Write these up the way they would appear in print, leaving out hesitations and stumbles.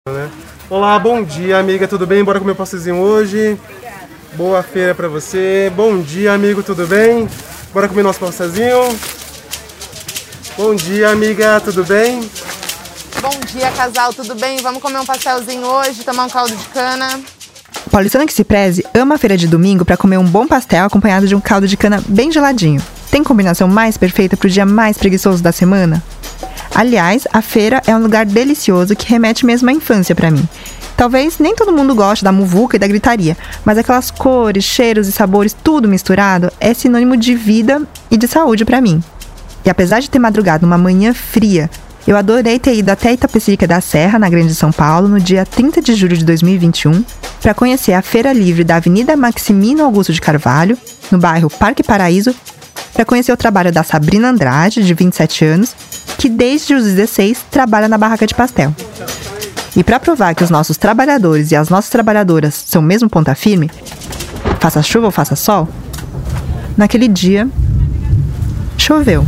Olá, bom dia, amiga, tudo bem? Bora comer um pastelzinho hoje? Boa feira pra você. Bom dia, amigo, tudo bem? Bora comer nosso pastelzinho? Bom dia, amiga, tudo bem? Bom dia, casal, tudo bem? Vamos comer um pastelzinho hoje, tomar um caldo de cana. Paulistano que se preze ama a feira de domingo para comer um bom pastel acompanhado de um caldo de cana bem geladinho. Tem combinação mais perfeita pro dia mais preguiçoso da semana? Aliás, a feira é um lugar delicioso que remete mesmo à infância pra mim. Talvez nem todo mundo goste da muvuca e da gritaria, mas aquelas cores, cheiros e sabores tudo misturado é sinônimo de vida e de saúde pra mim. E apesar de ter madrugado numa manhã fria, eu adorei ter ido até Itapecerica da Serra, na Grande São Paulo, no dia 30 de julho de 2021, para conhecer a Feira Livre da Avenida Maximino Augusto de Carvalho, no bairro Parque Paraíso, para conhecer o trabalho da Sabrina Andrade, de 27 anos, que desde os 16 trabalha na barraca de pastel. E para provar que os nossos trabalhadores e as nossas trabalhadoras são mesmo ponta firme, faça chuva ou faça sol, naquele dia, choveu.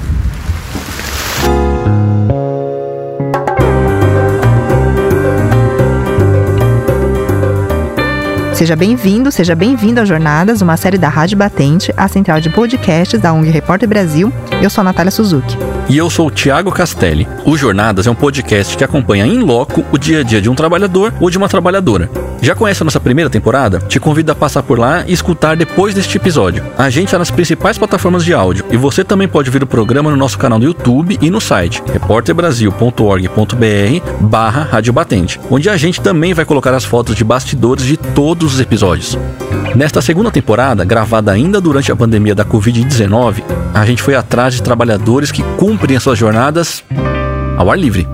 Seja bem-vindo, seja bem-vinda ao Jornadas, uma série da Rádio Batente, a central de podcasts da ONG Repórter Brasil. Eu sou a Natália Suzuki. E eu sou o Thiago Castelli. O Jornadas é um podcast que acompanha in loco o dia a dia de um trabalhador ou de uma trabalhadora. Já conhece a nossa primeira temporada? Te convido a passar por lá e escutar depois deste episódio. A gente está nas principais plataformas de áudio e você também pode ouvir o programa no nosso canal do YouTube e no site repórterbrasil.org.br/Rádio Batente, onde a gente também vai colocar as fotos de bastidores de todos os episódios. Nesta segunda temporada, gravada ainda durante a pandemia da Covid-19, a gente foi atrás de trabalhadores que cumprem as suas jornadas ao ar livre.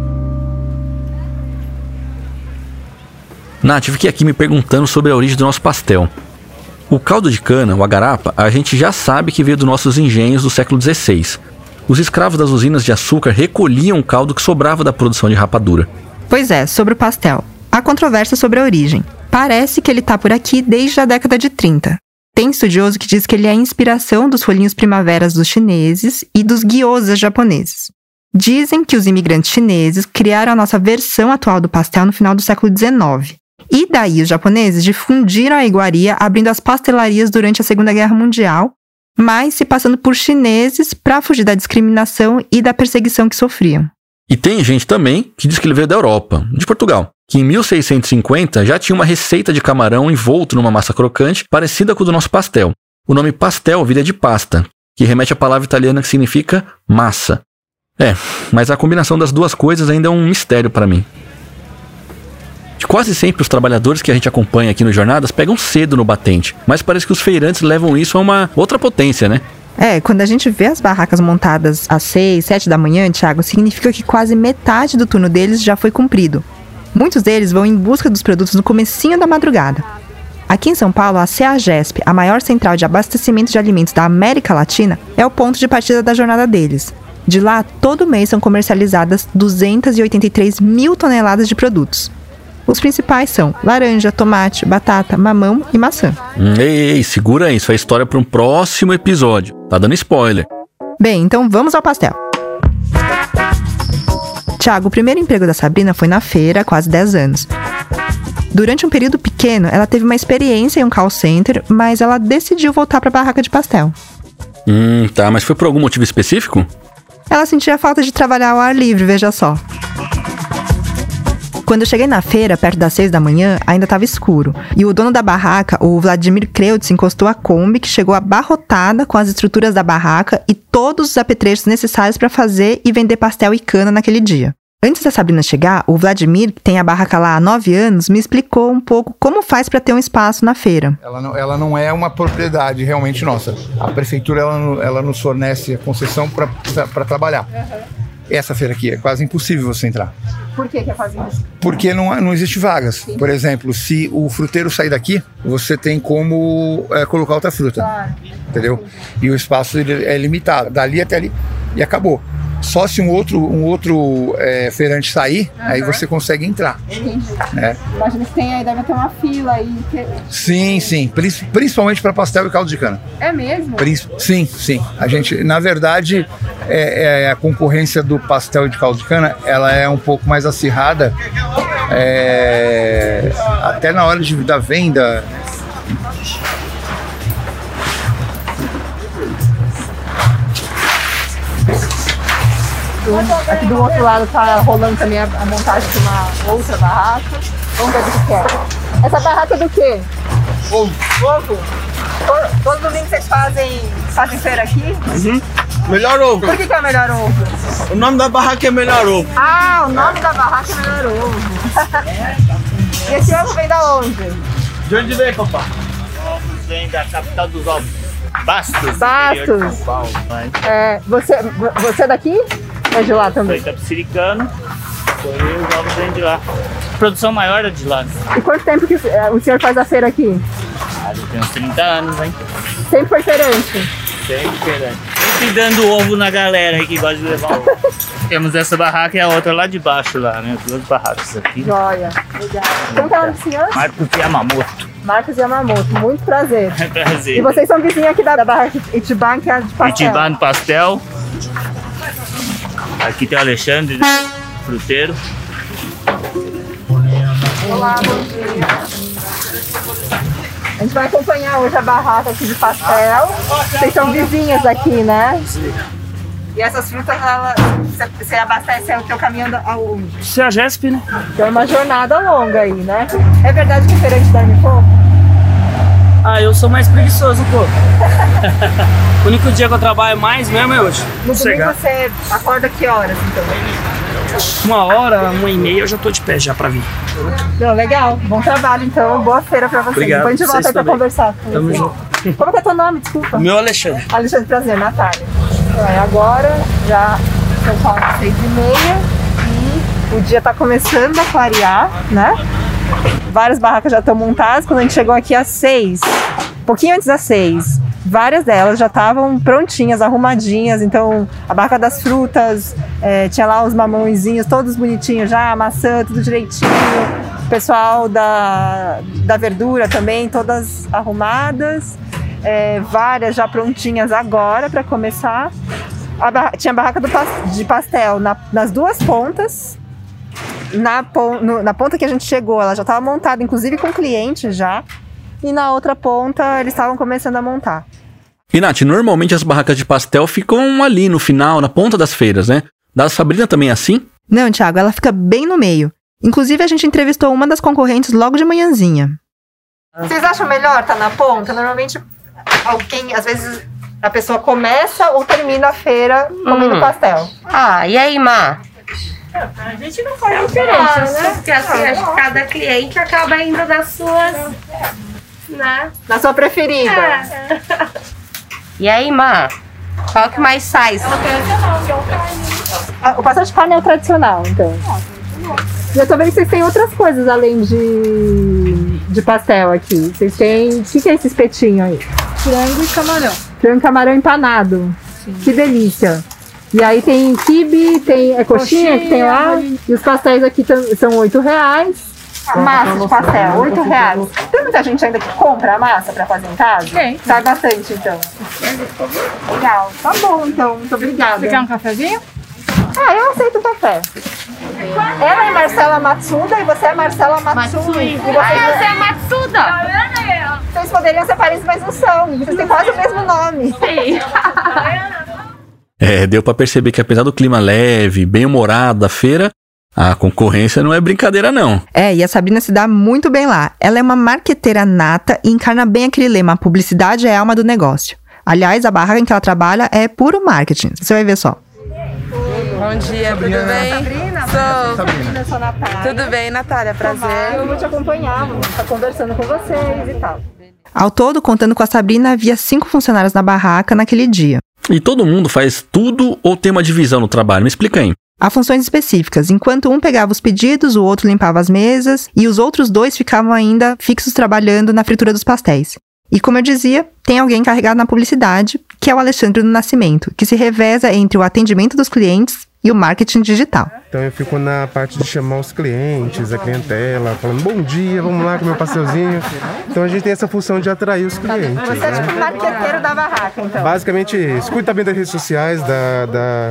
Nath, fiquei aqui me perguntando sobre a origem do nosso pastel. O caldo de cana, o agarapa, a gente já sabe que veio dos nossos engenhos do século XVI. Os escravos das usinas de açúcar recolhiam o caldo que sobrava da produção de rapadura. Pois é, sobre o pastel. Há controvérsia sobre a origem. Parece que ele está por aqui desde a década de 30. Tem estudioso que diz que ele é a inspiração dos rolinhos primaveras dos chineses e dos gyozas japoneses. Dizem que os imigrantes chineses criaram a nossa versão atual do pastel no final do século XIX. E daí os japoneses difundiram a iguaria abrindo as pastelarias durante a Segunda Guerra Mundial, mas se passando por chineses para fugir da discriminação e da perseguição que sofriam. E tem gente também que diz que ele veio da Europa, de Portugal, que em 1650 já tinha uma receita de camarão envolto numa massa crocante parecida com o do nosso pastel. O nome pastel viria de pasta, que remete à palavra italiana que significa massa. Mas a combinação das duas coisas ainda é um mistério para mim. Quase sempre os trabalhadores que a gente acompanha aqui no Jornadas pegam cedo no batente, mas parece que os feirantes levam isso a uma outra potência, né? Quando a gente vê as barracas montadas às 6, 7 da manhã, Thiago, significa que quase metade do turno deles já foi cumprido. Muitos deles vão em busca dos produtos no comecinho da madrugada. Aqui em São Paulo, a CEAGESP, a maior central de abastecimento de alimentos da América Latina, é o ponto de partida da jornada deles. De lá, todo mês são comercializadas 283 mil toneladas de produtos. Os principais são laranja, tomate, batata, mamão e maçã. Ei, segura aí, isso é história para um próximo episódio. Tá dando spoiler. Bem, então vamos ao pastel. Thiago, o primeiro emprego da Sabrina foi na feira há quase 10 anos. Durante um período pequeno, ela teve uma experiência em um call center, mas ela decidiu voltar para a barraca de pastel. Tá, mas foi por algum motivo específico? Ela sentia falta de trabalhar ao ar livre, veja só. Quando eu cheguei na feira, perto das 6 da manhã, ainda estava escuro. E o dono da barraca, o Vladimir Kreutz, encostou a Kombi, que chegou abarrotada com as estruturas da barraca e todos os apetrechos necessários para fazer e vender pastel e cana naquele dia. Antes da Sabrina chegar, o Vladimir, que tem a barraca lá há 9 anos, me explicou um pouco como faz para ter um espaço na feira. Ela não é uma propriedade realmente nossa. A prefeitura ela nos fornece a concessão para trabalhar. Essa feira aqui é quase impossível você entrar. Por que é quase impossível? Porque não existe vagas. Sim. Por exemplo, se o fruteiro sair daqui, você tem como colocar outra fruta. Claro. Entendeu? E o espaço é limitado. Dali até ali e acabou. Só se um outro feirante sair, aí você consegue entrar. Entendi. Né? Imagina que tem aí, deve ter uma fila aí. Sim. Principalmente para pastel e caldo de cana. É mesmo? Sim. A gente, na verdade, a concorrência do pastel e de caldo de cana, ela é um pouco mais acirrada Até na hora da venda. Aqui do outro lado tá rolando também a montagem de uma outra barraca. Vamos ver o que é. Essa barraca é do quê? Ovo. Ovo? Todo domingo vocês fazem feira aqui? Uhum. Melhor ovo. Por que é o melhor ovo? O nome da barraca é Melhor Ovo. Ah, o nome da barraca é Melhor Ovo. E esse ovo vem da onde? De onde vem, papai? Ovos vem da capital dos ovos. Bastos. Bastos. Interior de São Paulo. Você é daqui? É de lá também? Foi Tapsiricano. Os ovos vêm de lá. A produção maior é de lá. E quanto tempo que o senhor faz a feira aqui? Tem uns 30 anos, hein? Sempre foi feirante? Sempre dando ovo na galera aí que gosta de levar ovo. Temos essa barraca e a outra lá de baixo, lá, né? Duas barracas aqui. Joia, legal. Como que é o nome do senhor? Marcos Yamamoto. Marcos Yamamoto, muito prazer. É prazer. E vocês são vizinhos aqui da barraca Itiban, que é de pastel. Itiban Pastel. Aqui tem o Alexandre, fruteiro. Olá, bom dia. A gente vai acompanhar hoje a barraca aqui de pastel. Vocês são vizinhas aqui, né? E essas frutas, você abastece o teu caminho aonde? Isso é a GESP, né? Então é uma jornada longa aí, né? É verdade que o feirante dorme pouco? Ah, eu sou mais preguiçoso um pouco. O único dia que eu trabalho mais mesmo é hoje. No domingo você acorda que horas, então? 1h, 1h30 eu já tô de pé já pra vir. Não, legal. Bom trabalho, então. Boa feira pra vocês. Obrigado. Depois a gente volta aí pra conversar. Tamo junto. Como que é teu nome? Desculpa. Meu Alexandre. Alexandre, prazer. Natália. Agora já são quase 6h30 e o dia tá começando a clarear, né? Várias barracas já estão montadas. Quando a gente chegou aqui às 6, um pouquinho antes das 6, várias delas já estavam prontinhas, arrumadinhas. Então, a barraca das frutas, tinha lá os mamãozinhos, todos bonitinhos já, a maçã, tudo direitinho. O pessoal da verdura também, todas arrumadas. Várias já prontinhas agora para começar. Tinha a barraca de pastel nas duas pontas. Na ponta que a gente chegou, ela já estava montada, inclusive com cliente já. E na outra ponta, eles estavam começando a montar. E, Nath, normalmente as barracas de pastel ficam ali no final, na ponta das feiras, né? Da Sabrina também é assim? Não, Thiago, ela fica bem no meio. Inclusive, a gente entrevistou uma das concorrentes logo de manhãzinha. Vocês acham melhor estar na ponta? Normalmente, às vezes, a pessoa começa ou termina a feira comendo pastel. Ah, e aí, Má? A gente não faz diferença, né? Porque assim, acho que cada cliente acaba indo nas suas, né? Na sua preferida. E aí, Má? Qual que mais sai? O pastel de carne é o tradicional, então. E eu tô vendo que vocês têm outras coisas além de pastel aqui. Vocês têm... O que é esse espetinho aí? Frango e camarão. Frango e camarão empanado. Sim. Que delícia. E aí tem quibe, tem coxinha que tem lá. E os pastéis aqui são R$8. Massa de pastel, R$8. Tem muita gente ainda que compra a massa pra fazer em casa? Tem. Sai bastante, então. Legal. Tá bom, então. Muito obrigada. Você quer um cafezinho? Ah, eu aceito o café. Ela é Marcela Matsuda e você é Marcela Matsui. E você é Matsuda. Vocês poderiam ser parecidos, mas não são. Vocês têm quase o mesmo nome. Sim. Deu pra perceber que apesar do clima leve, bem-humorado da feira, a concorrência não é brincadeira, não. E a Sabrina se dá muito bem lá. Ela é uma marqueteira nata e encarna bem aquele lema: a publicidade é a alma do negócio. Aliás, a barraca em que ela trabalha é puro marketing. Você vai ver só. Bom dia, tudo bem? Sabrina? Sou. Sou Natália. Tudo bem, Natália? Prazer. Eu vou te acompanhar, vou estar conversando com vocês e tal. Ao todo, contando com a Sabrina, havia 5 funcionários na barraca naquele dia. E todo mundo faz tudo ou tem uma divisão no trabalho? Me explica aí. Há funções específicas. Enquanto um pegava os pedidos, o outro limpava as mesas e os outros 2 ficavam ainda fixos trabalhando na fritura dos pastéis. E como eu dizia, tem alguém encarregado na publicidade, que é o Alexandre do Nascimento, que se reveza entre o atendimento dos clientes e o marketing digital. Então eu fico na parte de chamar os clientes, a clientela, falando bom dia, vamos lá comer um pastelzinho. Então a gente tem essa função de atrair os clientes. Você é tipo o marqueteiro da barraca, então. Basicamente isso. Cuida também das redes sociais,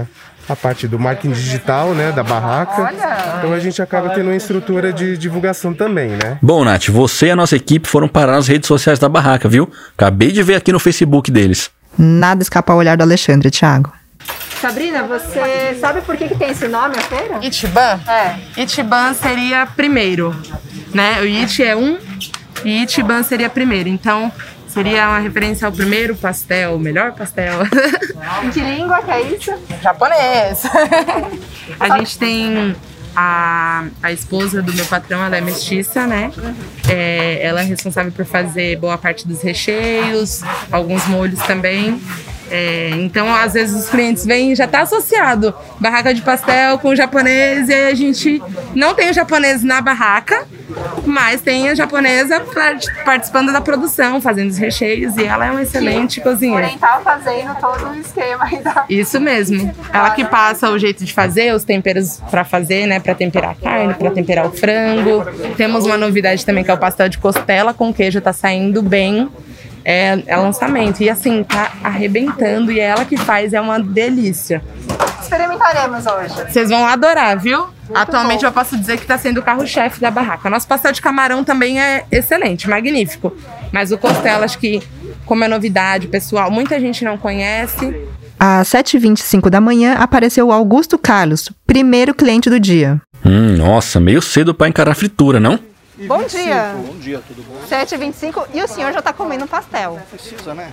a parte do marketing digital, né, da barraca. Olha! Então a gente acaba tendo uma estrutura de divulgação também, né? Bom, Nath, você e a nossa equipe foram parar nas redes sociais da barraca, viu? Acabei de ver aqui no Facebook deles. Nada escapa ao olhar do Alexandre, Thiago. Sabrina, você sabe por que tem esse nome, a feira? Itiban? É. Itiban seria primeiro, né? O Iti é um e Itiban seria primeiro. Então, seria uma referência ao primeiro pastel, o melhor pastel. Em que língua que é isso? Japonês. A gente tem a esposa do meu patrão, ela é mestiça, né? Ela é responsável por fazer boa parte dos recheios, alguns molhos também. Então, às vezes, os clientes vêm e já está associado barraca de pastel com japonês, e aí a gente não tem o japonês na barraca, mas tem a japonesa participando da produção, fazendo os recheios, e ela é uma excelente cozinheira. Oriental fazendo todo o esquema aí da... Isso mesmo. Ela que passa o jeito de fazer, os temperos para fazer, né? Para temperar a carne, para temperar o frango. Temos uma novidade também, que é o pastel de costela com queijo, tá saindo bem. É lançamento. E assim, tá arrebentando. E é ela que faz, é uma delícia. Experimentaremos hoje. Vocês vão adorar, viu? Atualmente bom. eu posso dizer que tá sendo o carro-chefe da barraca. Nosso pastel de camarão também é excelente, magnífico. Mas o costela, acho que, como é novidade, pessoal, muita gente não conhece. Às 7h25 da manhã, apareceu o Augusto Carlos, primeiro cliente do dia. Nossa, meio cedo pra encarar a fritura, não? Bom dia. Bom dia, tudo bom? 7h25 e o senhor já tá comendo um pastel. Precisa, né?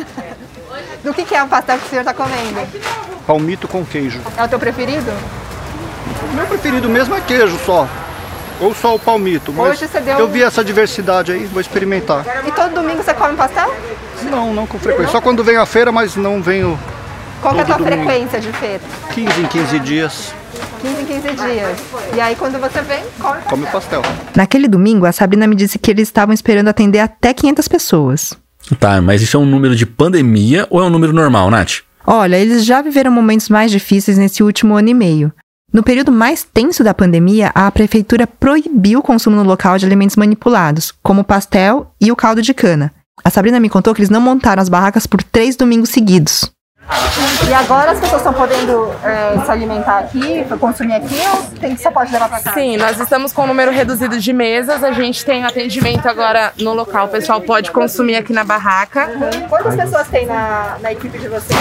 Do que é o pastel que o senhor tá comendo? Palmito com queijo. É o teu preferido? O meu preferido mesmo é queijo só. Ou só o palmito. Mas hoje você deu eu vi essa diversidade aí, vou experimentar. E todo domingo você come pastel? Não com frequência. Só quando venho a feira, mas não venho. Qual que é a tua domingo. frequência de feira? 15 em 15 dias. 15 em 15 dias. E aí quando você vem, come o pastel. Naquele domingo, a Sabrina me disse que eles estavam esperando atender até 500 pessoas. Tá, mas isso é um número de pandemia ou é um número normal, Nath? Olha, eles já viveram momentos mais difíceis nesse último ano e meio. No período mais tenso da pandemia, a prefeitura proibiu o consumo no local de alimentos manipulados, como o pastel e o caldo de cana. A Sabrina me contou que eles não montaram as barracas por 3 domingos seguidos. E agora as pessoas estão podendo se alimentar aqui, consumir aqui, ou só pode levar para casa? Sim, nós estamos com um número reduzido de mesas, a gente tem atendimento agora no local, o pessoal pode consumir aqui na barraca. Quantas pessoas tem na equipe de vocês?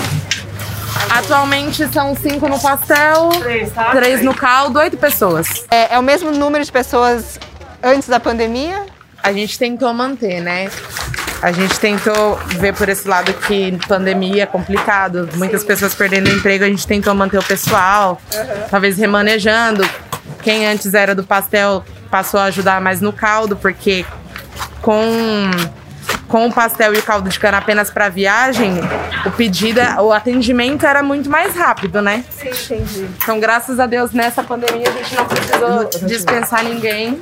Atualmente são 5 no pastel, 3 no caldo, 8 pessoas. É o mesmo número de pessoas antes da pandemia? A gente tentou manter, né? A gente tentou ver por esse lado que pandemia é complicado, muitas pessoas perdendo emprego, a gente tentou manter o pessoal, talvez remanejando. Quem antes era do pastel passou a ajudar mais no caldo, porque com o pastel e o caldo de cana apenas para viagem, o atendimento era muito mais rápido, né? Sim, entendi. Então, graças a Deus, nessa pandemia a gente não precisou dispensar ninguém.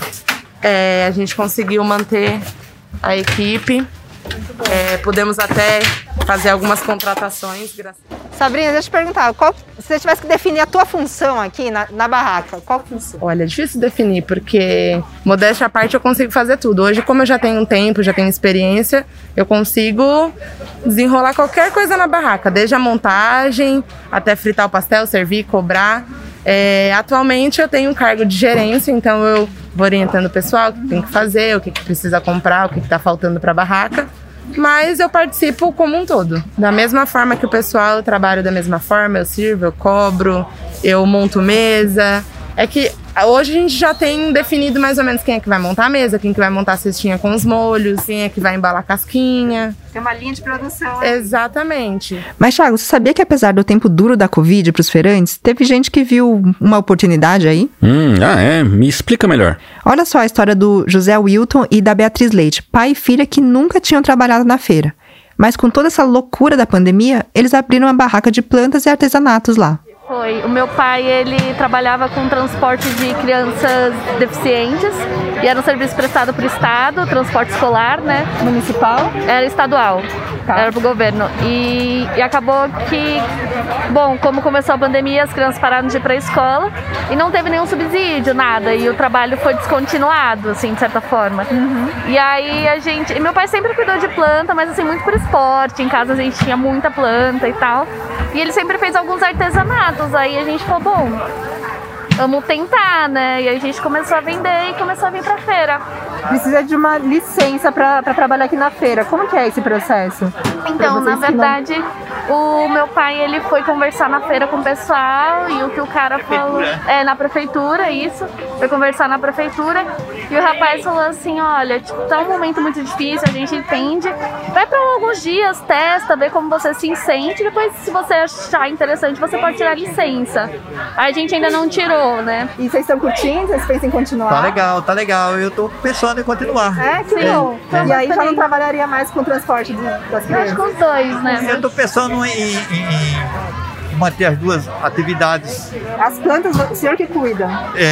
A gente conseguiu manter a equipe, pudemos até fazer algumas contratações. Sabrina, deixa eu te perguntar, se você tivesse que definir a tua função aqui na barraca, qual função? Olha, é difícil definir, porque modéstia à parte eu consigo fazer tudo. Hoje, como eu já tenho um tempo, já tenho experiência, eu consigo desenrolar qualquer coisa na barraca, desde a montagem até fritar o pastel, servir, cobrar. Atualmente eu tenho um cargo de gerência, então eu vou orientando o pessoal o que tem que fazer, o que precisa comprar, o que está faltando para a barraca. Mas eu participo como um todo. Da mesma forma que o pessoal, eu trabalho da mesma forma, eu sirvo, eu cobro, eu monto mesa. É que hoje a gente já tem definido mais ou menos quem é que vai montar a mesa, quem é que vai montar a cestinha com os molhos, quem é que vai embalar a casquinha. Tem uma linha de produção. Exatamente. Mas, Thiago, você sabia que apesar do tempo duro da Covid para os feirantes, teve gente que viu uma oportunidade aí? Me explica melhor. Olha só a história do José Wilton e da Beatriz Leite, pai e filha que nunca tinham trabalhado na feira. Mas com toda essa loucura da pandemia, eles abriram uma barraca de plantas e artesanatos lá. Foi. O meu pai, ele trabalhava com transporte de crianças deficientes e era um serviço prestado para o Estado, transporte escolar, né? Municipal? Era estadual, era para o governo. E acabou que, bom, como começou a pandemia, as crianças pararam de ir para a escola e não teve nenhum subsídio, nada. E o trabalho foi descontinuado, assim, de certa forma. E aí e meu pai sempre cuidou de planta, mas assim, muito por esporte. Em casa a gente tinha muita planta e tal. E ele sempre fez alguns artesanatos, aí a gente falou, bom, vamos tentar, né? E aí a gente começou a vender e começou a vir pra feira. Precisa de uma licença pra trabalhar aqui na feira. Como que é esse processo? Então, na verdade, o meu pai, ele foi conversar na feira com o pessoal e o que o cara falou... na prefeitura, isso. Foi conversar na prefeitura e o rapaz falou assim, olha, tipo, tá um momento muito difícil, a gente entende. Vai pra alguns dias, testa, vê como você se sente. Depois, se você achar interessante, você pode tirar licença. Aí a gente ainda não tirou, né? E vocês estão curtindo? Vocês pensam em continuar? Tá legal. Eu tô pensando em continuar. Que bom. E aí já não trabalharia mais com o transporte das crianças? Eu acho que os dois, né? Eu tô pensando em manter as duas atividades. As plantas, o senhor que cuida?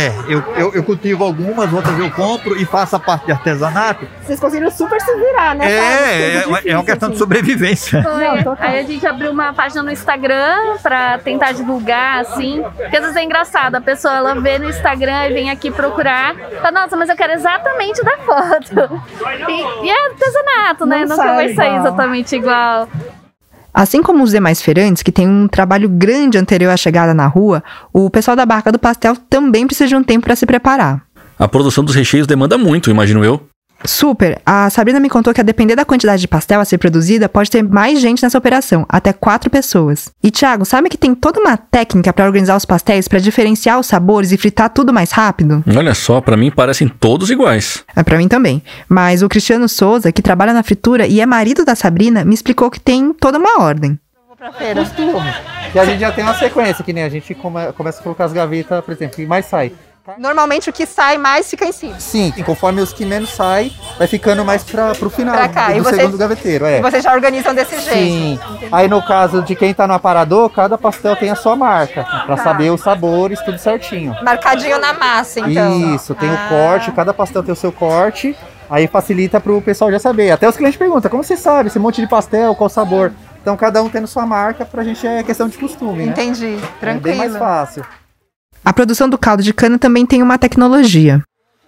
Eu cultivo algumas, outras eu compro e faço a parte de artesanato. Vocês conseguiram super se virar, né? É uma questão de sobrevivência. Aí a gente abriu uma página no Instagram pra tentar divulgar, assim. Porque às vezes é engraçado, a pessoa ela vê no Instagram e vem aqui procurar. Fala, nossa, mas eu quero exatamente da foto. E é artesanato, né? Nunca vai sair exatamente igual. Assim como os demais feirantes, que têm um trabalho grande anterior à chegada na rua, o pessoal da Barraca do Pastel também precisa de um tempo para se preparar. A produção dos recheios demanda muito, imagino eu. Super! A Sabrina me contou que a depender da quantidade de pastel a ser produzida, pode ter mais gente nessa operação, até 4 pessoas. E Thiago, sabe que tem toda uma técnica para organizar os pastéis para diferenciar os sabores e fritar tudo mais rápido? Olha só, pra mim parecem todos iguais. Pra mim também. Mas o Cristiano Souza, que trabalha na fritura e é marido da Sabrina, me explicou que tem toda uma ordem. Costume. E a gente já tem uma sequência, que nem a gente começa a colocar as gavetas, por exemplo, e mais sai. Normalmente o que sai mais fica em cima. Sim, e conforme os que menos saem, vai ficando mais pro final pra cá. do segundo gaveteiro. E vocês já organizam desse jeito. Sim. Aí no caso de quem tá no aparador, cada pastel tem a sua marca, pra saber os sabores, tudo certinho. Marcadinho na massa, então. Isso, tem o corte, cada pastel tem o seu corte, aí facilita pro pessoal já saber. Até os clientes perguntam, como você sabe, esse monte de pastel, qual sabor? Então cada um tendo sua marca, pra gente é questão de costume, né? Entendi, tranquilo. É bem mais fácil. A produção do caldo de cana também tem uma tecnologia.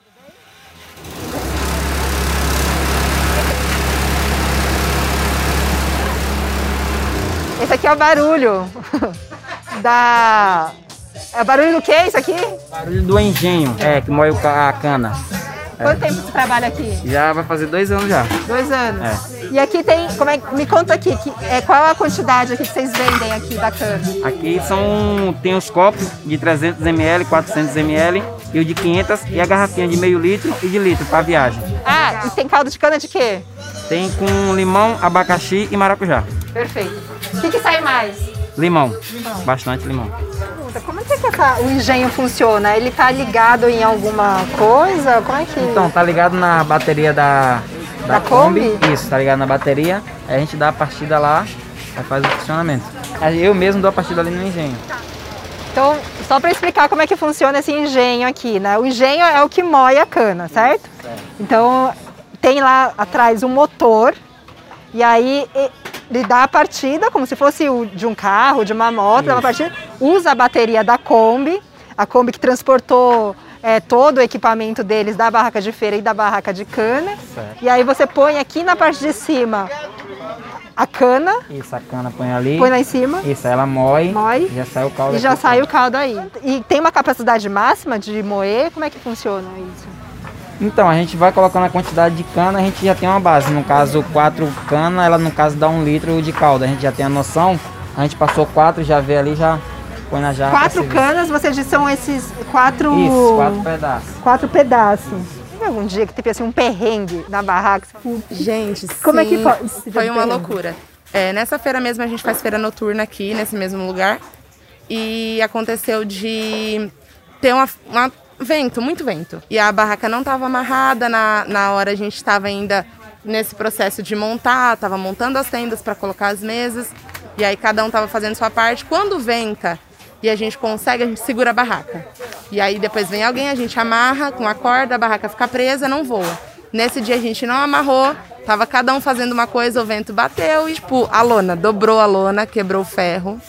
Esse aqui é o barulho É o barulho do que isso aqui? Barulho do engenho, que moe a cana. Quanto tempo você trabalha aqui? Já vai fazer 2 anos já. 2 anos? E aqui tem, me conta aqui, qual a quantidade aqui que vocês vendem aqui da cana? Aqui tem os copos de 300 ml, 400 ml e o de 500 e a garrafinha de meio litro e de litro para viagem. E tem caldo de cana de quê? Tem com limão, abacaxi e maracujá. Perfeito. O que sai mais? Limão. Bastante limão. Como é que o engenho funciona? Ele tá ligado em alguma coisa? Como é que... Então, tá ligado na bateria da Kombi. Isso, tá ligado na bateria. Aí a gente dá a partida lá, aí faz o funcionamento. Eu mesmo dou a partida ali no engenho. Então, só para explicar como é que funciona esse engenho aqui, né? O engenho é o que moe a cana, certo? Então, tem lá atrás um motor e aí ele dá a partida como se fosse o de um carro, de uma moto, dá uma partida, usa a bateria da Kombi, a Kombi que transportou todo o equipamento deles da barraca de feira e da barraca de cana. Certo. E aí você põe aqui na parte de cima a cana. Isso, a cana põe ali. Põe lá em cima. Isso, ela moe. E já sai o caldo. E já sai o caldo aí. E tem uma capacidade máxima de moer? Como é que funciona isso? Então, a gente vai colocando a quantidade de cana, a gente já tem uma base. No caso, 4 canas, ela no caso dá 1 litro de caldo. A gente já tem a noção. A gente passou 4, já vê ali, já põe na jarra. 4 canas, vocês dizem, são esses 4... Isso, 4 pedaços. 4 pedaços. Teve algum dia que teve assim um perrengue na barraca? Gente, como é que foi uma loucura. Nessa feira mesmo, a gente faz feira noturna aqui, nesse mesmo lugar. E aconteceu de ter muito vento. E a barraca não estava amarrada, na hora a gente estava ainda nesse processo de montar, estava montando as tendas para colocar as mesas, e aí cada um estava fazendo sua parte. Quando venta e a gente consegue, a gente segura a barraca. E aí depois vem alguém, a gente amarra com a corda, a barraca fica presa, não voa. Nesse dia a gente não amarrou, tava cada um fazendo uma coisa, o vento bateu e a lona, dobrou a lona, quebrou o ferro.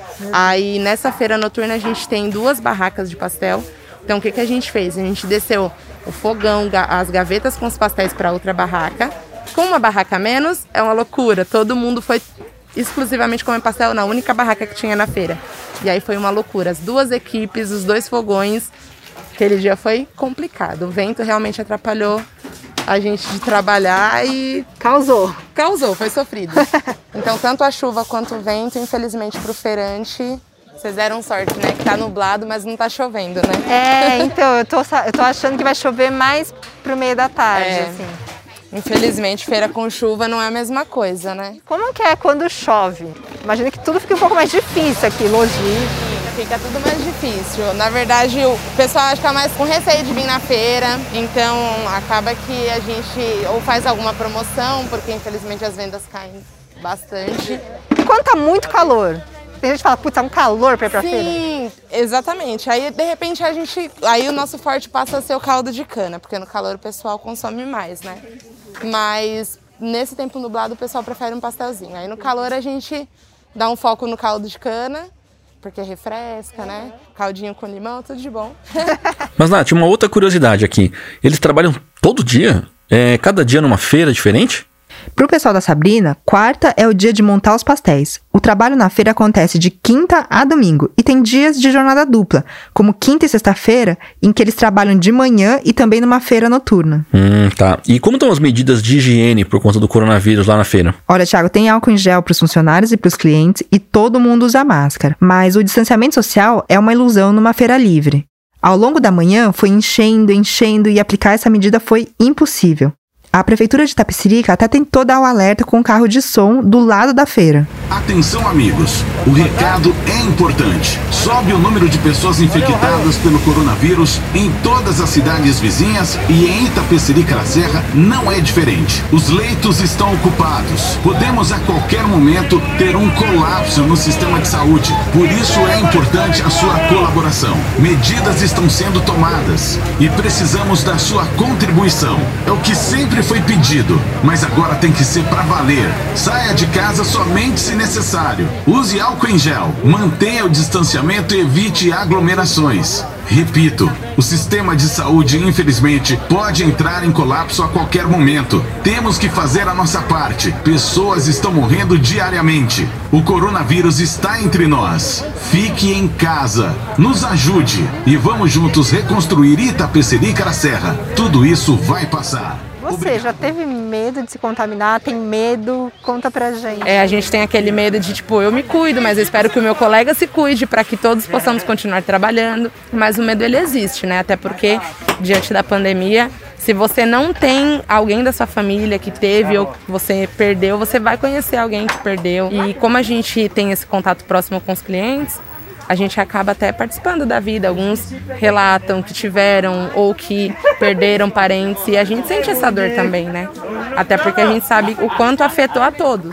Aí nessa feira noturna a gente tem 2 barracas de pastel. Então, o que a gente fez? A gente desceu o fogão, as gavetas com os pastéis para outra barraca. Com uma barraca a menos, é uma loucura. Todo mundo foi exclusivamente comer pastel na única barraca que tinha na feira. E aí foi uma loucura. As 2 equipes, os 2 fogões. Aquele dia foi complicado. O vento realmente atrapalhou a gente de trabalhar e... Causou, foi sofrido. Então, tanto a chuva quanto o vento, infelizmente, pro feirante... Vocês deram sorte, né? Que tá nublado, mas não tá chovendo, né? Então, eu tô achando que vai chover mais pro meio da tarde, assim. Infelizmente, feira com chuva não é a mesma coisa, né? Como que é quando chove? Imagina que tudo fica um pouco mais difícil aqui, logística. Fica tudo mais difícil. Na verdade, o pessoal acho que tá mais com receio de vir na feira, então acaba que a gente ou faz alguma promoção, porque infelizmente as vendas caem bastante. E quando tá muito calor? Tem gente que fala, putz, tá um calor pra ir pra feira. Sim, exatamente. Aí, de repente, aí o nosso forte passa a ser o caldo de cana, porque no calor o pessoal consome mais, né? Mas nesse tempo nublado o pessoal prefere um pastelzinho. Aí no calor a gente dá um foco no caldo de cana, porque refresca, né? Caldinho com limão, tudo de bom. Mas, Nath, uma outra curiosidade aqui. Eles trabalham todo dia? Cada dia numa feira diferente? Para o pessoal da Sabrina, quarta é o dia de montar os pastéis. O trabalho na feira acontece de quinta a domingo e tem dias de jornada dupla, como quinta e sexta-feira, em que eles trabalham de manhã e também numa feira noturna. Tá. E como estão as medidas de higiene por conta do coronavírus lá na feira? Olha, Thiago, tem álcool em gel para os funcionários e para os clientes e todo mundo usa máscara. Mas o distanciamento social é uma ilusão numa feira livre. Ao longo da manhã foi enchendo e aplicar essa medida foi impossível. A Prefeitura de Itapecerica até tentou dar o alerta com um carro de som do lado da feira. Atenção, amigos, o recado é importante. Sobe o número de pessoas infectadas pelo coronavírus em todas as cidades vizinhas e em Itapecerica da Serra não é diferente. Os leitos estão ocupados. Podemos a qualquer momento ter um colapso no sistema de saúde. Por isso é importante a sua colaboração. Medidas estão sendo tomadas e precisamos da sua contribuição. É o que sempre foi pedido, mas agora tem que ser pra valer. Saia de casa somente se necessário. Use álcool em gel, mantenha o distanciamento e evite aglomerações. Repito, o sistema de saúde, infelizmente, pode entrar em colapso a qualquer momento. Temos que fazer a nossa parte. Pessoas estão morrendo diariamente. O coronavírus está entre nós. Fique em casa. Nos ajude e vamos juntos reconstruir Itapecerica da Serra. Tudo isso vai passar. Você já teve medo de se contaminar? Tem medo? Conta pra gente. A gente tem aquele medo de, eu me cuido, mas eu espero que o meu colega se cuide para que todos possamos continuar trabalhando. Mas o medo, ele existe, né? Até porque, diante da pandemia, se você não tem alguém da sua família que teve ou que você perdeu, você vai conhecer alguém que perdeu. E como a gente tem esse contato próximo com os clientes, a gente acaba até participando da vida. Alguns relatam que tiveram ou que perderam parentes e a gente sente essa dor também, né? Até porque a gente sabe o quanto afetou a todos.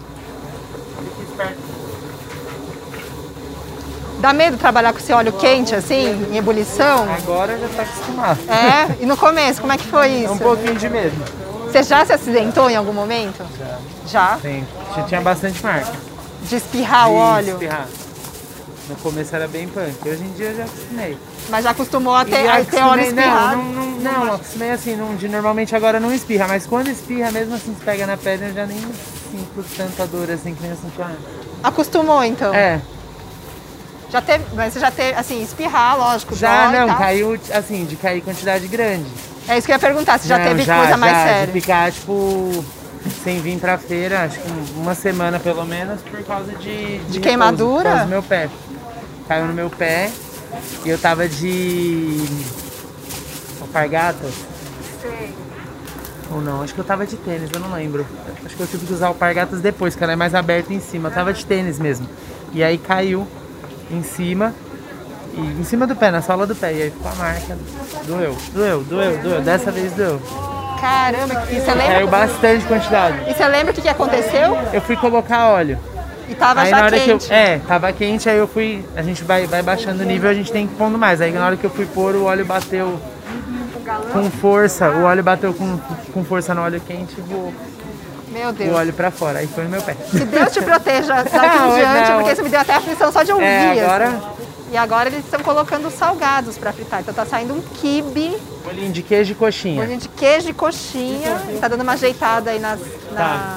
Dá medo trabalhar com esse óleo quente, assim, em ebulição? Agora já tá acostumado. E no começo, como é que foi isso? Um pouquinho de medo. Você já se acidentou em algum momento? Já? Sim, tinha bastante marca. De espirrar o óleo? Espirrar. No começo era bem punk, hoje em dia eu já acostumei. Mas já acostumou a ter óleo espirrado? Não, acostumei assim, normalmente agora não espirra, mas quando espirra, mesmo assim, se pega na pele, eu já nem sinto tanta dor assim que nem eu sentia antes. Acostumou, então? Já teve, mas você já teve, assim, espirrar, lógico, já dói, não, caiu, assim, de cair quantidade grande. É isso que eu ia perguntar, se já teve coisa mais séria. De ficar, sem vir pra feira, acho que uma semana pelo menos, por causa de queimadura? Por causa do meu pé. Caiu no meu pé e eu tava de alpargatas. Sei. Ou não, acho que eu tava de tênis, eu não lembro. Acho que eu tive que usar alpargatas depois, que ela é mais aberta em cima. Eu tava de tênis mesmo. E aí caiu em cima do pé, na sola do pé. E aí ficou a marca. Doeu. Dessa vez doeu. Caramba, e você lembra? Caiu bastante quantidade. E você lembra o que aconteceu? Eu fui colocar óleo. E tava aí, já na hora quente. Tava quente, aí eu fui, a gente vai baixando o nível, a gente tem que ir pondo mais. Aí na hora que eu fui pôr, o óleo bateu com força, com força no óleo quente e voou. Meu Deus. O óleo pra fora, aí foi no meu pé. Que Deus te proteja daqui em diante, porque isso me deu até aflição só de ouvir. Agora... E agora eles estão colocando salgados pra fritar. Então tá saindo um quibe. Bolinho de queijo e coxinha. Bolinho de queijo e coxinha. Tá dando uma ajeitada aí na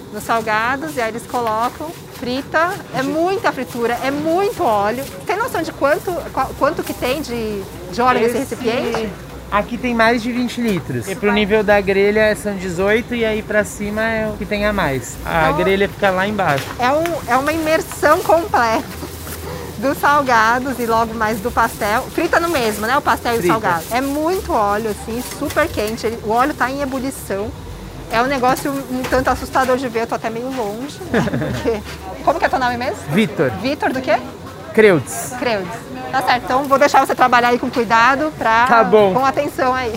nos salgados e aí eles colocam, frita, é muita fritura, é muito óleo. Tem noção de quanto que tem de óleo nesse recipiente? Aqui tem mais de 20 litros. E pro nível da grelha são 18 e aí pra cima é o que tem a mais. A grelha fica lá embaixo. É uma imersão completa dos salgados e logo mais do pastel. Frita no mesmo, né? O pastel e o salgado. É muito óleo, assim, super quente. O óleo tá em ebulição. É um negócio um tanto assustador de ver. Eu tô até meio longe. Porque... Como que é teu nome mesmo? Vitor. Vitor do quê? Creudes. Creudes. Tá certo, então vou deixar você trabalhar aí com cuidado, Tá bom. Com atenção aí.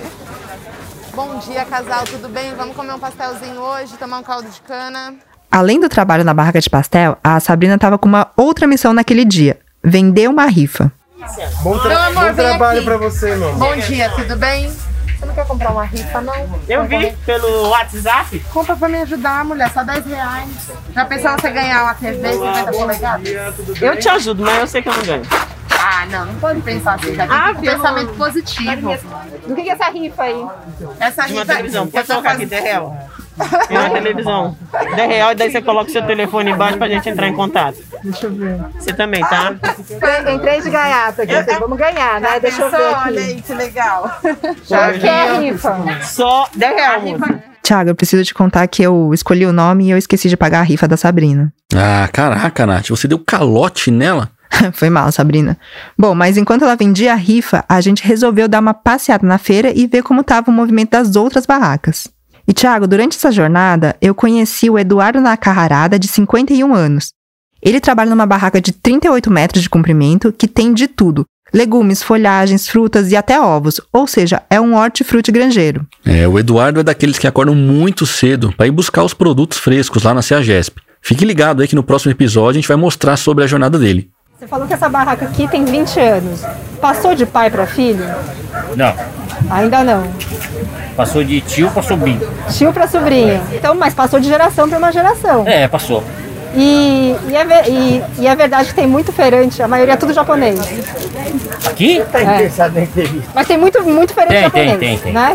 Bom dia, casal, tudo bem? Vamos comer um pastelzinho hoje, tomar um caldo de cana. Além do trabalho na barraca de pastel, a Sabrina estava com uma outra missão naquele dia: vender uma rifa. Bom trabalho pra você, meu amor. Bom dia, tudo bem? Você não quer comprar uma rifa, não? Eu vi pelo WhatsApp. Compra pra me ajudar, mulher, só R$10. Já pensou você ganhar uma TV 50 polegadas? Eu te ajudo, mas eu sei que eu não ganho. Ah, não pode pensar assim, já tem um pensamento positivo. Do que é essa rifa aí? Essa De uma rifa televisão, pode colocar aqui, R$10. Tem uma televisão, R$10, e daí você coloca o seu telefone embaixo pra gente entrar em contato. Deixa eu ver. Você também, tá? Entrei de gaiato aqui, vamos ganhar, né? Deixa eu ver aqui. Olha aí, que legal. Já que é rifa. Só R$10, moço. Tiago, eu preciso te contar que eu escolhi o nome e eu esqueci de pagar a rifa da Sabrina. Ah, caraca, Nath, você deu calote nela? Foi mal, Sabrina. Bom, mas enquanto ela vendia a rifa, a gente resolveu dar uma passeada na feira e ver como estava o movimento das outras barracas. E, Tiago, durante essa jornada, eu conheci o Eduardo Nakahara, de 51 anos. Ele trabalha numa barraca de 38 metros de comprimento, que tem de tudo. Legumes, folhagens, frutas e até ovos. Ou seja, é um hortifruti granjeiro. O Eduardo é daqueles que acordam muito cedo para ir buscar os produtos frescos lá na CEAGESP. Fique ligado aí que no próximo episódio a gente vai mostrar sobre a jornada dele. Você falou que essa barraca aqui tem 20 anos. Passou de pai para filho? Não. Ainda não. Passou de tio para sobrinho. Tio para sobrinho. Então, mas passou de geração para uma geração. É, passou. E é verdade que tem muito feirante, a maioria é tudo japonês. Aqui? Mas tem muito feirante japonês, tem. né?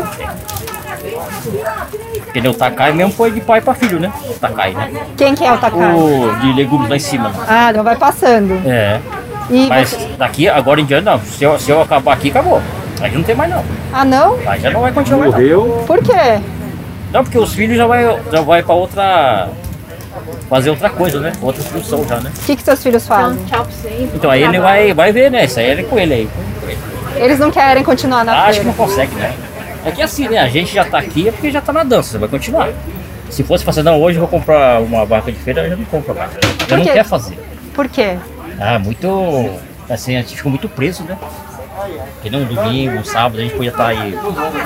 Entendeu? O Takai mesmo foi de pai para filho, né? O Takai, né? Quem que é o Takai? O de legumes lá em cima. Ah, não vai passando. É. Mas daqui, agora em diante, não. Se eu acabar aqui, acabou. Aí não tem mais, não. Ah, não? Aí já não vai continuar mais, não. Por quê? Não, porque os filhos já vai para outra... fazer outra coisa, né? Outra função já, né? O que seus filhos fazem? Então aí ele vai ver, né? Isso aí é com ele aí. Eles não querem continuar na feira? Acho que não consegue, né? É que assim, né? A gente já tá aqui é porque já tá na dança, você vai continuar. Se fosse fazer, não, hoje eu vou comprar uma barraca de feira, eu já não compro mais. Já não quer fazer. Por quê? Ah, muito... assim, a gente ficou muito preso, né? Porque nem um domingo, um sábado, a gente podia estar aí...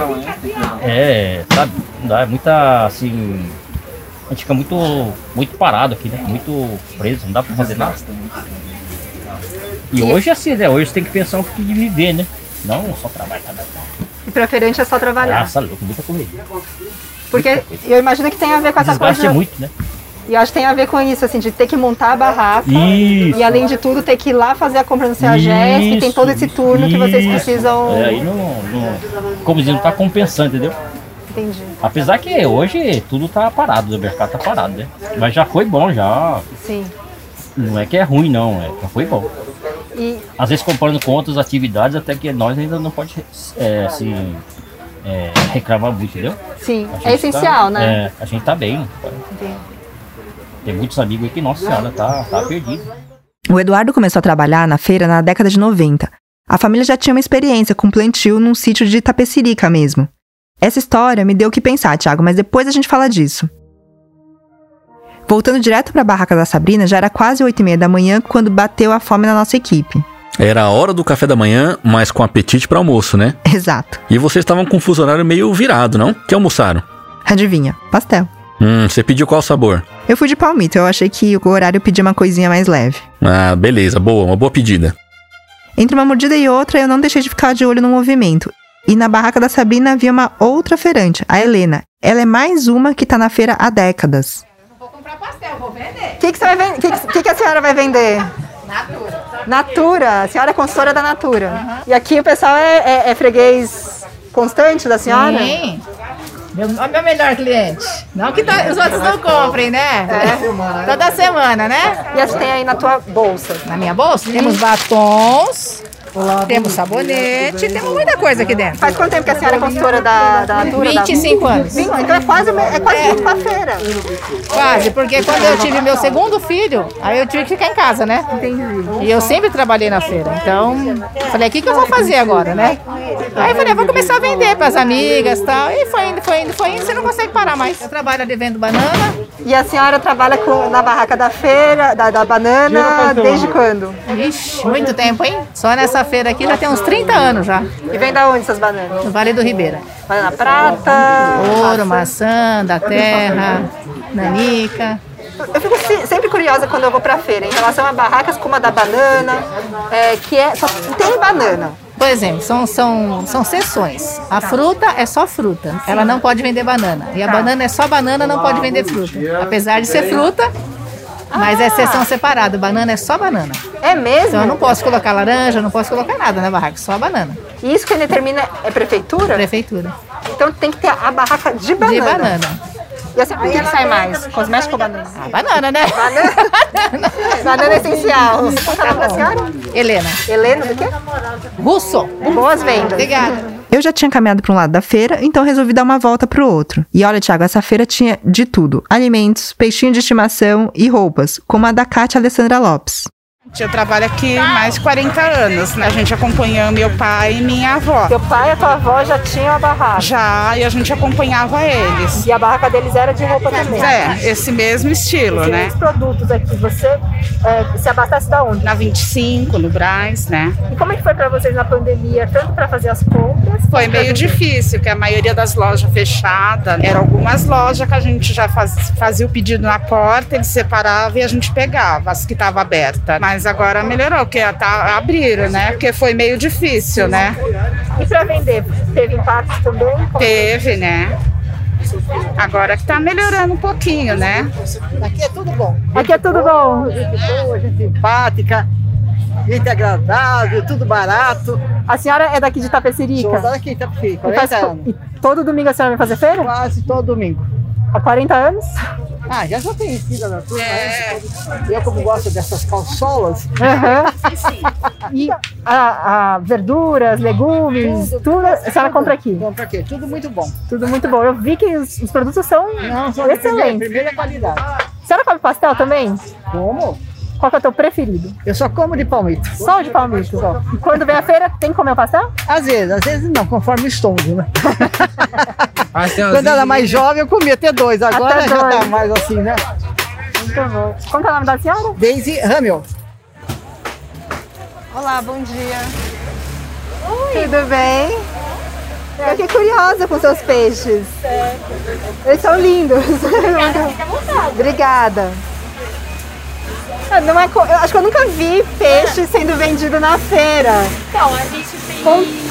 sabe? Não dá, é muita, assim... A gente fica muito parado aqui, né? Muito preso, não dá pra fazer nada. E hoje é assim, né? Hoje você tem que pensar um pouquinho de viver, né? Não só trabalhar. E pra feirante é só trabalhar. Nossa, louco, muita corrida. Porque eu imagino que tem a ver com essa coisa... é muito, né? E acho que tem a ver com isso, assim, de ter que montar a barraca. Isso. E além de tudo, ter que ir lá fazer a compra no CEAGESP, e tem todo esse turno que vocês precisam... Aí como dizer, não tá compensando, entendeu? Entendi. Apesar que hoje tudo tá parado, o mercado tá parado, né? Mas já foi bom, já. Sim. Não é que é ruim, não, já foi bom. E... Às vezes comparando com outras atividades, até que nós ainda não pode reclamar muito, entendeu? Sim, é essencial, né? A gente tá bem. Entendi. Tem muitos amigos aí que, nossa senhora, tá perdido. O Eduardo começou a trabalhar na feira na década de 90. A família já tinha uma experiência com plantio num sítio de Itapecerica mesmo. Essa história me deu o que pensar, Thiago, mas depois a gente fala disso. Voltando direto para a barraca da Sabrina, já era quase 8h30 da manhã quando bateu a fome na nossa equipe. Era a hora do café da manhã, mas com apetite para almoço, né? Exato. E vocês estavam com o fuso horário meio virado, não? Que almoçaram? Adivinha, pastel. Você pediu qual sabor? Eu fui de palmito, eu achei que o horário pedia uma coisinha mais leve. Ah, beleza, boa, uma boa pedida. Entre uma mordida e outra, eu não deixei de ficar de olho no movimento. E na barraca da Sabrina havia uma outra feirante, a Helena. Ela é mais uma que tá na feira há décadas. Eu vou comprar pastel, vou vender. O que você vai vender? Que a senhora vai vender? Natura. Natura? A senhora é consultora da Natura. E aqui o pessoal é freguês constante da senhora? Sim. Meu melhor cliente. Não que os outros não comprem, né? Toda semana, né? E as tem aí na tua bolsa? Na minha bolsa? Temos batons, temos sabonete, temos muita coisa aqui dentro. Faz quanto tempo que a senhora é consultora da Natura? 25 anos. Então é quase junto com a feira. Quase, porque quando eu tive meu segundo filho, aí eu tive que ficar em casa, né? Entendi. E eu sempre trabalhei na feira. Então, falei, o que eu vou fazer agora, né? Aí eu falei, vou começar a vender para as amigas e tal. E foi indo, você não consegue parar mais. Eu trabalho ali vendo banana. E a senhora trabalha na barraca da feira, da banana, desde quando? Ixi, muito tempo, hein? Só nessa feira aqui já tem uns 30 anos já. E vem da onde essas bananas? No Vale do Ribeira. Banana prata, ouro, maçã, da terra, nanica. Eu fico sempre curiosa quando eu vou pra feira em relação a barracas como a da banana, só tem banana. Por exemplo, são seções. A fruta é só fruta, ela não pode vender banana. E a banana é só banana, não pode vender fruta. Apesar de ser fruta, mas é seção separada. Banana é só banana. É mesmo? Então eu não posso colocar laranja, não posso colocar nada na barraca, só banana. E isso que determina é prefeitura? Prefeitura. Então tem que ter a barraca de banana. De banana. E assim, o que sai mais? Cosmético ou banana? Banana, né? Banana? Banana essencial. Qual é o nome da senhora? Helena. Helena do quê? Russo. Boas vendas. Obrigada. Eu já tinha caminhado para um lado da feira, então resolvi dar uma volta para o outro. E olha, Thiago, essa feira tinha de tudo. Alimentos, peixinho de estimação e roupas, como a da Cátia Alessandra Lopes. Eu trabalho aqui mais de 40 anos, né? A gente acompanhando meu pai e minha avó. Teu pai e a tua avó já tinham a barraca? Já, e a gente acompanhava eles. E a barraca deles era de roupa também? Esse mesmo estilo, né? Esses produtos aqui, você se abastece da onde? Na 25, no Brás, né? E como é que foi pra vocês na pandemia, tanto pra fazer as compras? Foi meio difícil, porque a maioria das lojas fechadas, eram algumas lojas que a gente já fazia o pedido na porta, eles separavam e a gente pegava as que estavam abertas. Mas agora melhorou, porque abriram, né? Porque foi meio difícil, né? E para vender, teve impacto também? Teve, né? Agora que tá melhorando um pouquinho, né? Aqui é tudo bom. Aqui é tudo bom. Gente boa, gente simpática, gente agradável, tudo barato. A senhora é daqui de Itapecerica? Sou daqui de Itapecerica, 40 anos. E todo domingo a senhora vem fazer feira? Quase todo domingo. Há 40 anos? Já tem sido na turma, eu como gosto dessas calçolas. E verduras, legumes, tudo a senhora compra aqui? Compra aqui, tudo muito bom. Tudo muito bom. Eu vi que os produtos são excelentes. Primeira qualidade. A senhora come pastel também? Como? Qual que é o teu preferido? Eu só como de palmito. Só o de palmito? Só. E quando vem a feira, tem que comer o pastel? Às vezes não, conforme o estômago, né? Quando eu era mais jovem, eu comia até 2. Agora já tá mais assim, né? Muito bom. Como é o nome da senhora? Daisy Ramel. Olá, bom dia. Oi. Tudo bem? Eu fiquei curiosa com seus peixes. Eles são lindos. Obrigada. Eu acho que eu nunca vi peixe sendo vendido na feira. Então, a gente tem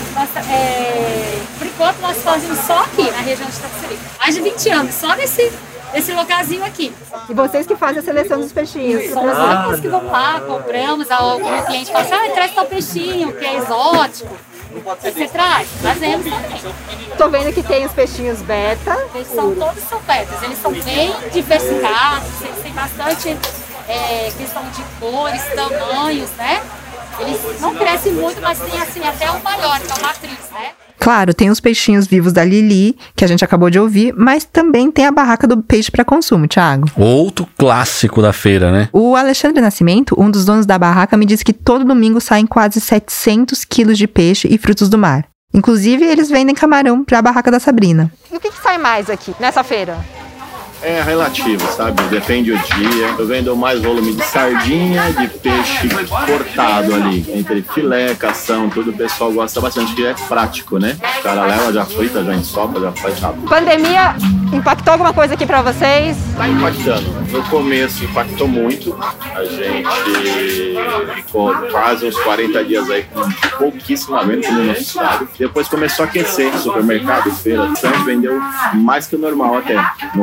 por enquanto nós fazemos só aqui na região de Itapecerica. Mais de 20 anos, só nesse localzinho aqui. E vocês que fazem a seleção dos peixinhos? Somos nós que vamos lá, compramos, algum cliente fala assim, traz tal peixinho, que é exótico. Você traz? Trazemos também. Tô vendo que tem os peixinhos beta. Eles todos são betas, eles são bem diversificados, eles têm bastante questão de cores, tamanhos, né? Eles não crescem muito, mas tem assim até o maior, que é o matriz, né? Claro, tem os peixinhos vivos da Lili, que a gente acabou de ouvir, mas também tem a barraca do peixe para consumo, Thiago. Outro clássico da feira, né? O Alexandre Nascimento, um dos donos da barraca, me disse que todo domingo saem quase 700 quilos de peixe e frutos do mar. Inclusive, eles vendem camarão para a barraca da Sabrina. E o que sai mais aqui, nessa feira? É relativo, sabe? Depende do dia. Eu vendo mais volume de sardinha, de peixe cortado ali. Entre filé, cação, tudo o pessoal gosta bastante, que é prático, né? O cara leva, já frita, já ensopa, já faz rápido. Pandemia impactou alguma coisa aqui pra vocês? Tá impactando. No começo impactou muito. A gente ficou quase uns 40 dias aí com pouquíssima venda no nosso estado. Depois começou a aquecer. Supermercado, feira, sempre vendeu mais que o normal até no balcão.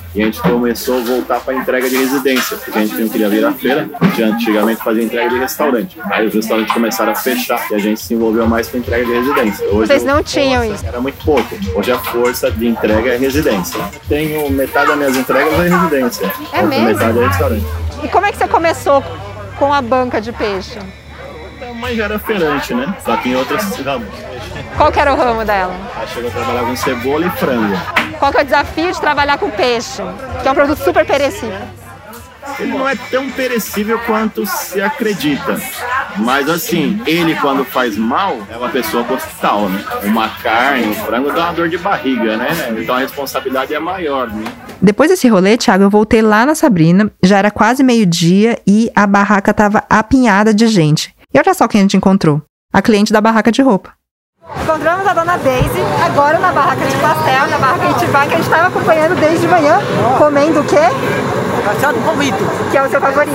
E a gente começou a voltar para entrega de residência, porque a gente não queria vir à feira, a gente antigamente fazia entrega de restaurante. Aí os restaurantes começaram a fechar e a gente se envolveu mais com entrega de residência. Hoje Vocês não tinham isso? Era muito pouco. Hoje a força de entrega é residência. Tenho metade das minhas entregas é residência. É mesmo? Metade é restaurante. E como é que você começou com a banca de peixe? Minha mãe já era feirante, né? Só que em outros ramos. Qual que era o ramo dela? Ela chegou a trabalhar com cebola e frango. Qual que é o desafio de trabalhar com peixe? Que é um produto super perecível. Ele não é tão perecível quanto se acredita. Mas assim, ele quando faz mal, é uma pessoa pro hospital, né? Uma carne, um frango dá uma dor de barriga, né? Então a responsabilidade é maior, né? Depois desse rolê, Thiago, eu voltei lá na Sabrina, já era quase meio-dia e a barraca tava apinhada de gente. E olha só quem a gente encontrou, a cliente da barraca de roupa. Encontramos a dona Daisy agora na barraca de pastel, na barraca Itivá, que a gente estava acompanhando desde de manhã, comendo o quê? Pastel do palmito. Que é o seu favorito.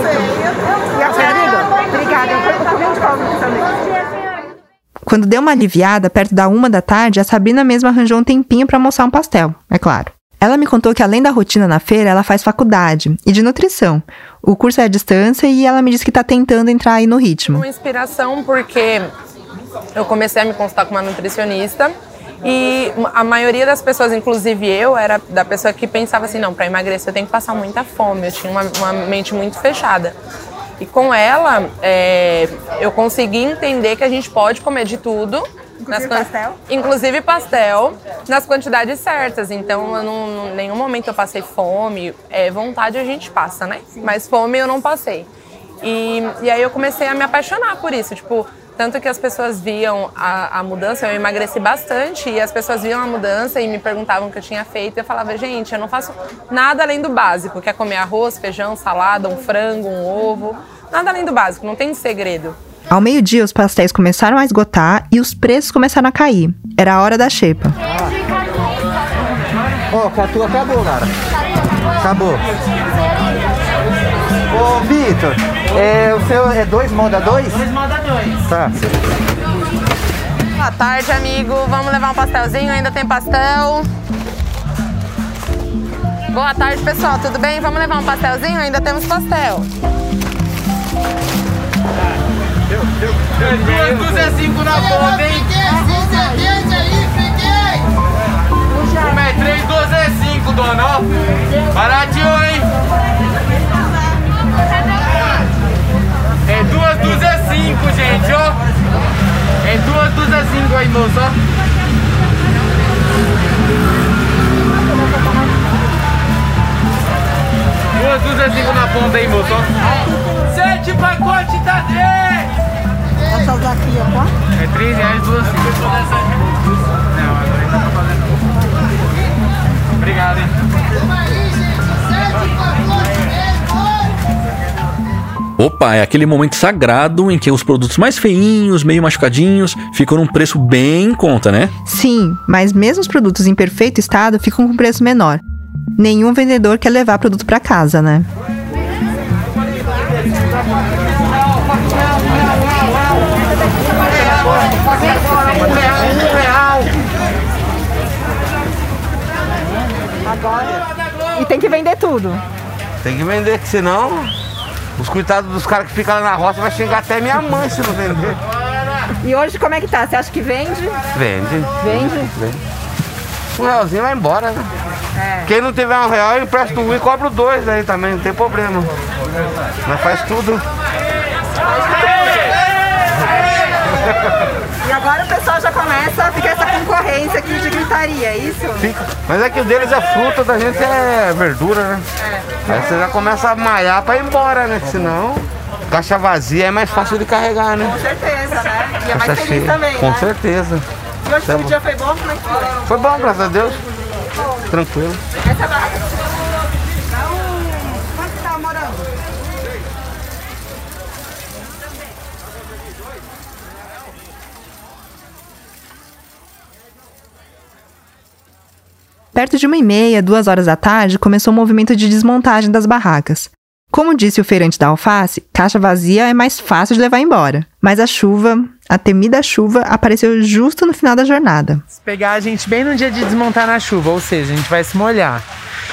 E a senhora? Obrigada, eu comi um de palmito também. Quando deu uma aliviada, perto da 1h da tarde, a Sabrina mesma arranjou um tempinho para almoçar um pastel, é claro. Ela me contou que além da rotina na feira, ela faz faculdade e de nutrição. O curso é à distância e ela me disse que está tentando entrar aí no ritmo. Uma inspiração porque eu comecei a me consultar com uma nutricionista e a maioria das pessoas, inclusive eu, era da pessoa que pensava assim, não, para emagrecer eu tenho que passar muita fome, eu tinha uma mente muito fechada. E com ela, eu consegui entender que a gente pode comer de tudo, inclusive pastel, nas quantidades certas. Então, em nenhum momento eu passei fome. Vontade a gente passa, né? Mas fome eu não passei. E aí eu comecei a me apaixonar por isso. Tipo, tanto que as pessoas viam a mudança, eu emagreci bastante, e as pessoas viam a mudança e me perguntavam o que eu tinha feito. Eu falava, gente, eu não faço nada além do básico, que é comer arroz, feijão, salada, um frango, um ovo. Nada além do básico, não tem segredo. Ao meio-dia, os pastéis começaram a esgotar e os preços começaram a cair. Era a hora da xepa. Ó, a tua acabou, Lara. Acabou. Ô, Vitor, o seu é 2 moda 2? 2 moda 2. Tá. Boa tarde, amigo. Vamos levar um pastelzinho? Ainda tem pastel. Boa tarde, pessoal. Tudo bem? Vamos levar um pastelzinho? Ainda temos pastel. 2,5 na ponta, hein? Como é 3, 2,5, dona, ó. Baratinho, hein? É 2,5, gente, ó. É 2,5 aí, moço, ó. Duas 2,5 na ponta aí, moço, ó. 7 pacotes da 3! Essa daqui, ó. É R$3, 2,5. Não, agora não tá fazendo. Obrigado, hein? Opa, é aquele momento sagrado em que os produtos mais feinhos, meio machucadinhos, ficam num preço bem em conta, né? Sim, mas mesmo os produtos em perfeito estado ficam com preço menor. Nenhum vendedor quer levar produto para casa, né? Agora. E tem que vender tudo. Tem que vender, que senão os coitados dos caras que ficam lá na roça vai xingar até minha mãe se não vender. E hoje como é que tá? Você acha que vende? Vende. Vende? Vende. R$1 vai embora, né? É. Quem não tiver R$1, eu empresto 1 e cobro 2 aí também, não tem problema. Nós faz tudo. E agora o pessoal já começa a ficar essa concorrência aqui de gritaria, é isso? Fica. Mas é que o deles é fruta, da gente é verdura, né? Aí você já começa a malhar pra ir embora, né? Senão, caixa vazia é mais fácil de carregar, né? Com certeza, né? E é mais Caixa feliz cheia. também, Com né? certeza. E hoje o dia foi bom? Como é que foi? Foi bom, graças a Deus. Tranquilo. Essa barraca. Quanto tá o morango? Perto de 1h30, 2 horas da tarde, começou o movimento de desmontagem das barracas. Como disse o feirante da alface, caixa vazia é mais fácil de levar embora. Mas a chuva, a temida chuva, apareceu justo no final da jornada. Se pegar a gente bem no dia de desmontar na chuva, ou seja, a gente vai se molhar.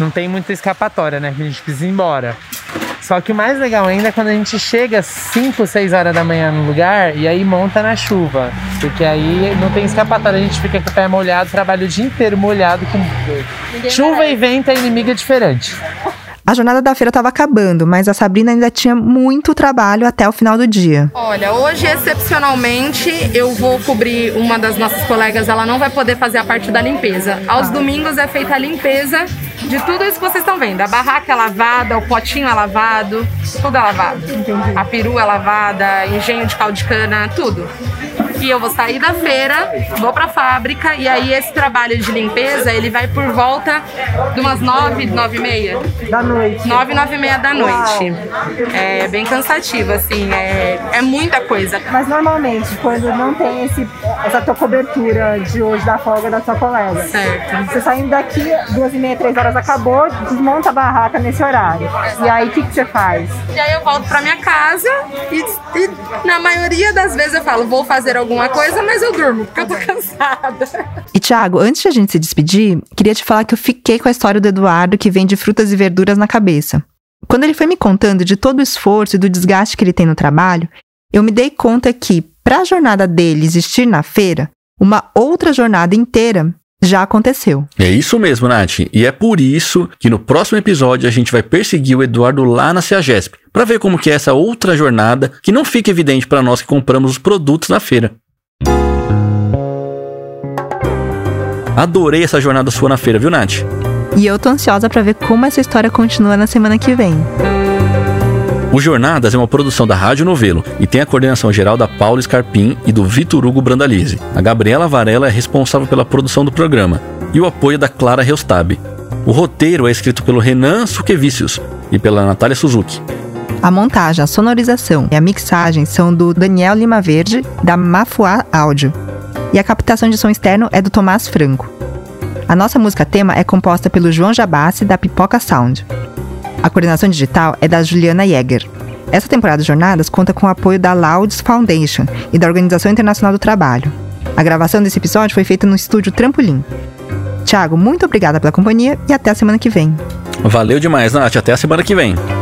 não tem muita escapatória, né? Que a gente precisa ir embora. Só que o mais legal ainda é quando a gente chega às 5, 6 horas da manhã no lugar e aí monta na chuva. Porque aí não tem escapatória, a gente fica com o pé molhado, trabalha o dia inteiro molhado com chuva e vento, é inimiga diferente. A jornada da feira estava acabando, mas a Sabrina ainda tinha muito trabalho até o final do dia. Olha, hoje, excepcionalmente, eu vou cobrir uma das nossas colegas, ela não vai poder fazer a parte da limpeza. Aos domingos é feita a limpeza de tudo isso que vocês estão vendo. A barraca é lavada, o potinho é lavado, tudo é lavado. A peru é lavada, engenho de caldo de cana, tudo. E eu vou sair da feira, vou pra fábrica, e aí esse trabalho de limpeza, ele vai por volta de umas 9, 9h30. Da noite. 9, 9h30 da noite. É bem cansativo, assim, é muita coisa. Mas normalmente, quando não tem essa tua cobertura de hoje da folga da sua colega, certo. Você saindo daqui, 2h30, 3 horas acabou, desmonta a barraca nesse horário. E aí, o que você faz? E aí eu volto pra minha casa e na maioria das vezes eu falo, vou fazer alguma coisa, mas eu durmo, porque eu tô cansada. E Thiago, antes de a gente se despedir, queria te falar que eu fiquei com a história do Eduardo, que vende frutas e verduras na cabeça. Quando ele foi me contando de todo o esforço e do desgaste que ele tem no trabalho, eu me dei conta que, para a jornada dele existir na feira, uma outra jornada inteira já aconteceu. É isso mesmo, Nath. E é por isso que no próximo episódio a gente vai perseguir o Eduardo lá na CEAGESP, para ver como que é essa outra jornada que não fica evidente para nós que compramos os produtos na feira. Adorei essa jornada sua na feira, viu, Nath? E eu tô ansiosa para ver como essa história continua na semana que vem. O Jornadas é uma produção da Rádio Novelo e tem a coordenação geral da Paula Scarpim e do Vitor Hugo Brandalize. A Gabriela Varela é responsável pela produção do programa e o apoio da Clara Reustab. O roteiro é escrito pelo Renan Suquevicius e pela Natália Suzuki. A montagem, a sonorização e a mixagem são do Daniel Lima Verde, da Mafuá Áudio. E a captação de som externo é do Tomás Franco. A nossa música tema é composta pelo João Jabassi, da Pipoca Sound. A coordenação digital é da Juliana Jäger. Essa temporada de Jornadas conta com o apoio da Louds Foundation e da Organização Internacional do Trabalho. A gravação desse episódio foi feita no estúdio Trampolim. Thiago, muito obrigada pela companhia e até a semana que vem. Valeu demais, Nath. Até a semana que vem.